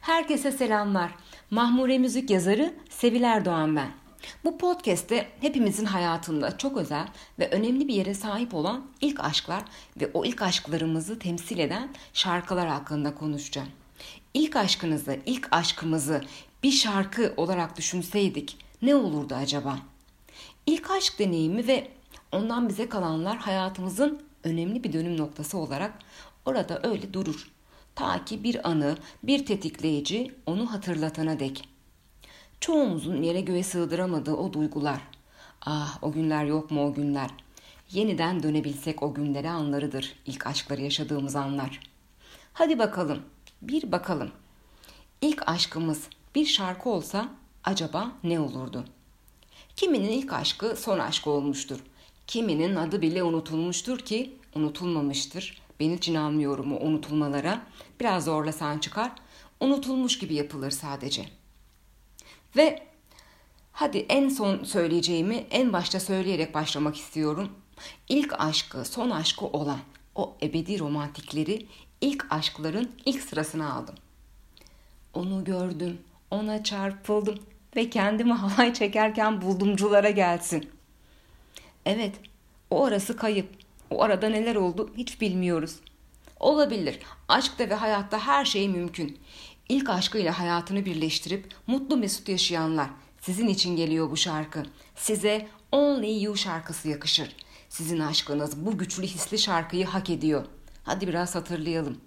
Herkese selamlar. Mahmure Müzik yazarı Seviler Doğan ben. Bu podcast'te hepimizin hayatında çok özel ve önemli bir yere sahip olan ilk aşklar ve o ilk aşklarımızı temsil eden şarkılar hakkında konuşacağım. İlk aşkınızı, ilk aşkımızı bir şarkı olarak düşünseydik ne olurdu acaba? İlk aşk deneyimi ve ondan bize kalanlar hayatımızın önemli bir dönüm noktası olarak orada öyle durur. Ta ki bir anı, bir tetikleyici onu hatırlatana dek. Çoğumuzun yere göğe sığdıramadığı o duygular. Ah, o günler yok mu o günler? Yeniden dönebilsek o günlere anlarıdır ilk aşkları yaşadığımız anlar. Hadi bakalım, bir bakalım. İlk aşkımız bir şarkı olsa acaba ne olurdu? Kiminin ilk aşkı son aşkı olmuştur. Kiminin adı bile unutulmuştur ki unutulmamıştır. Ben hiç inanmıyorum o unutulmalara. Biraz zorlasan çıkar. Unutulmuş gibi yapılır sadece. Ve hadi en son söyleyeceğimi en başta söyleyerek başlamak istiyorum. İlk aşkı, son aşkı olan o ebedi romantikleri ilk aşkların ilk sırasına aldım. Onu gördüm, ona çarpıldım ve kendimi halay çekerken buldumculara gelsin. Evet, o arası kayıp. O arada neler oldu hiç bilmiyoruz. Olabilir. Aşkta ve hayatta her şey mümkün. İlk aşkıyla hayatını birleştirip mutlu mesut yaşayanlar. Sizin için geliyor bu şarkı. Size Only You şarkısı yakışır. Sizin aşkınız bu güçlü hisli şarkıyı hak ediyor. Hadi biraz hatırlayalım.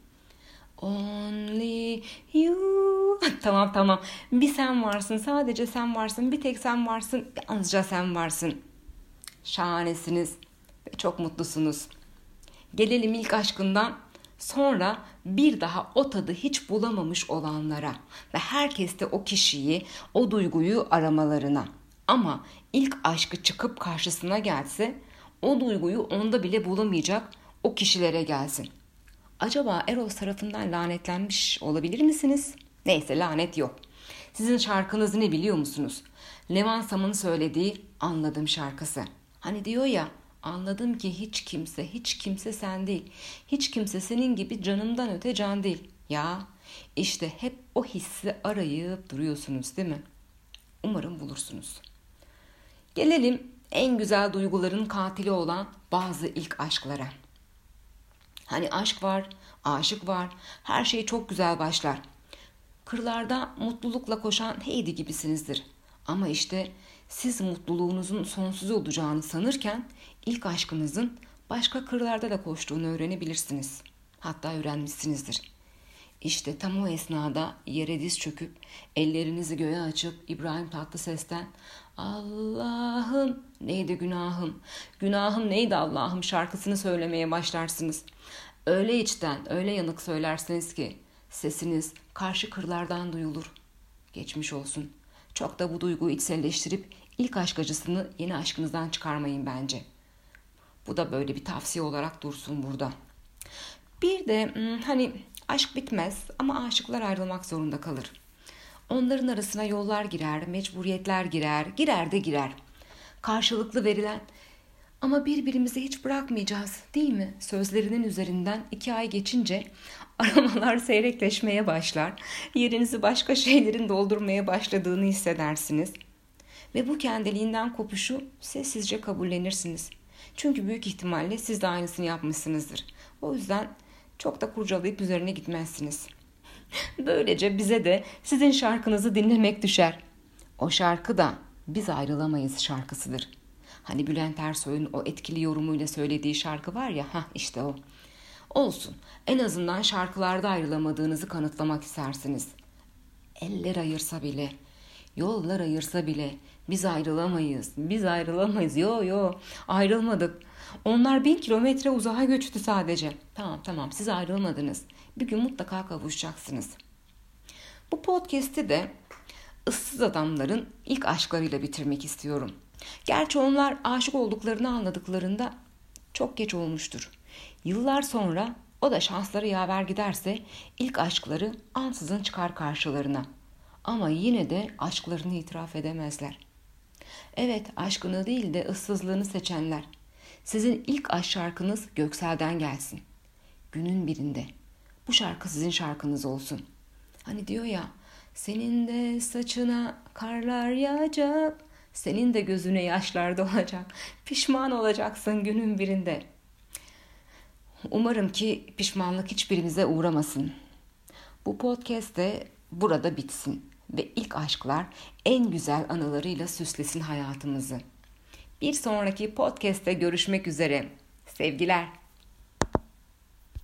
Only you. Tamam. Bir sen varsın, sadece sen varsın, bir tek sen varsın, yalnızca sen varsın. Şahanesiniz ve çok mutlusunuz. Gelelim ilk aşkından sonra bir daha o tadı hiç bulamamış olanlara ve herkes de o kişiyi, o duyguyu aramalarına. Ama ilk aşkı çıkıp karşısına gelse o duyguyu onda bile bulamayacak o kişilere gelsin. Acaba Eros tarafından lanetlenmiş olabilir misiniz? Neyse, lanet yok. Sizin şarkınız ne biliyor musunuz? Levan Sam'ın söylediği Anladım şarkısı. Hani diyor ya, anladım ki hiç kimse sen değil. Hiç kimse senin gibi canımdan öte can değil. Ya işte hep o hissi arayıp duruyorsunuz değil mi? Umarım bulursunuz. Gelelim en güzel duyguların katili olan bazı ilk aşklara. Hani aşk var, aşık var, her şey çok güzel başlar. Kırlarda mutlulukla koşan Heidi gibisinizdir. Ama işte siz mutluluğunuzun sonsuz olacağını sanırken ilk aşkınızın başka kırlarda da koştuğunu öğrenebilirsiniz. Hatta öğrenmişsinizdir. İşte tam o esnada yere diz çöküp ellerinizi göğe açıp İbrahim Tatlıses'ten Allah'ım neydi günahım, günahım neydi Allah'ım şarkısını söylemeye başlarsınız. Öyle içten, öyle yanık söylersiniz ki sesiniz karşı kırlardan duyulur. Geçmiş olsun. Çok da bu duyguyu içselleştirip ilk aşk acısını yeni aşkınızdan çıkarmayın bence. Bu da böyle bir tavsiye olarak dursun burada. Bir de hani aşk bitmez ama aşıklar ayrılmak zorunda kalır. Onların arasına yollar girer, mecburiyetler girer. Karşılıklı verilen ama birbirimizi hiç bırakmayacağız değil mi? Sözlerinin üzerinden 2 ay geçince aramalar seyrekleşmeye başlar. Yerinizi başka şeylerin doldurmaya başladığını hissedersiniz. Ve bu kendiliğinden kopuşu sessizce kabullenirsiniz. Çünkü büyük ihtimalle siz de aynısını yapmışsınızdır. O yüzden çok da kurcalayıp üzerine gitmezsiniz. Böylece bize de sizin şarkınızı dinlemek düşer. O şarkı da Biz Ayrılamayız şarkısıdır. Hani Bülent Ersoy'un o etkili yorumuyla söylediği şarkı var ya, işte o. Olsun, en azından şarkılarda ayrılamadığınızı kanıtlamak istersiniz. Eller ayırsa bile, yollar ayırsa bile biz ayrılamayız. Yo, ayrılmadık. Onlar 1000 kilometre uzağa göçtü sadece. Tamam, siz ayrılmadınız. Bir gün mutlaka kavuşacaksınız. Bu podcast'i de ıssız adamların ilk aşklarıyla bitirmek istiyorum. Gerçi onlar aşık olduklarını anladıklarında çok geç olmuştur. Yıllar sonra o da şansları yaver giderse ilk aşkları ansızın çıkar karşılarına. Ama yine de aşklarını itiraf edemezler. Evet, aşkını değil de ıssızlığını seçenler. Sizin ilk aşk şarkınız Göksel'den gelsin. Günün birinde. Bu şarkı sizin şarkınız olsun. Hani diyor ya, senin de saçına karlar yağacak, senin de gözüne yaşlar dolacak, pişman olacaksın günün birinde. Umarım ki pişmanlık hiçbirimize uğramasın. Bu podcast de burada bitsin ve ilk aşklar en güzel anılarıyla süslesin hayatımızı. Bir sonraki podcast'te görüşmek üzere. Sevgiler.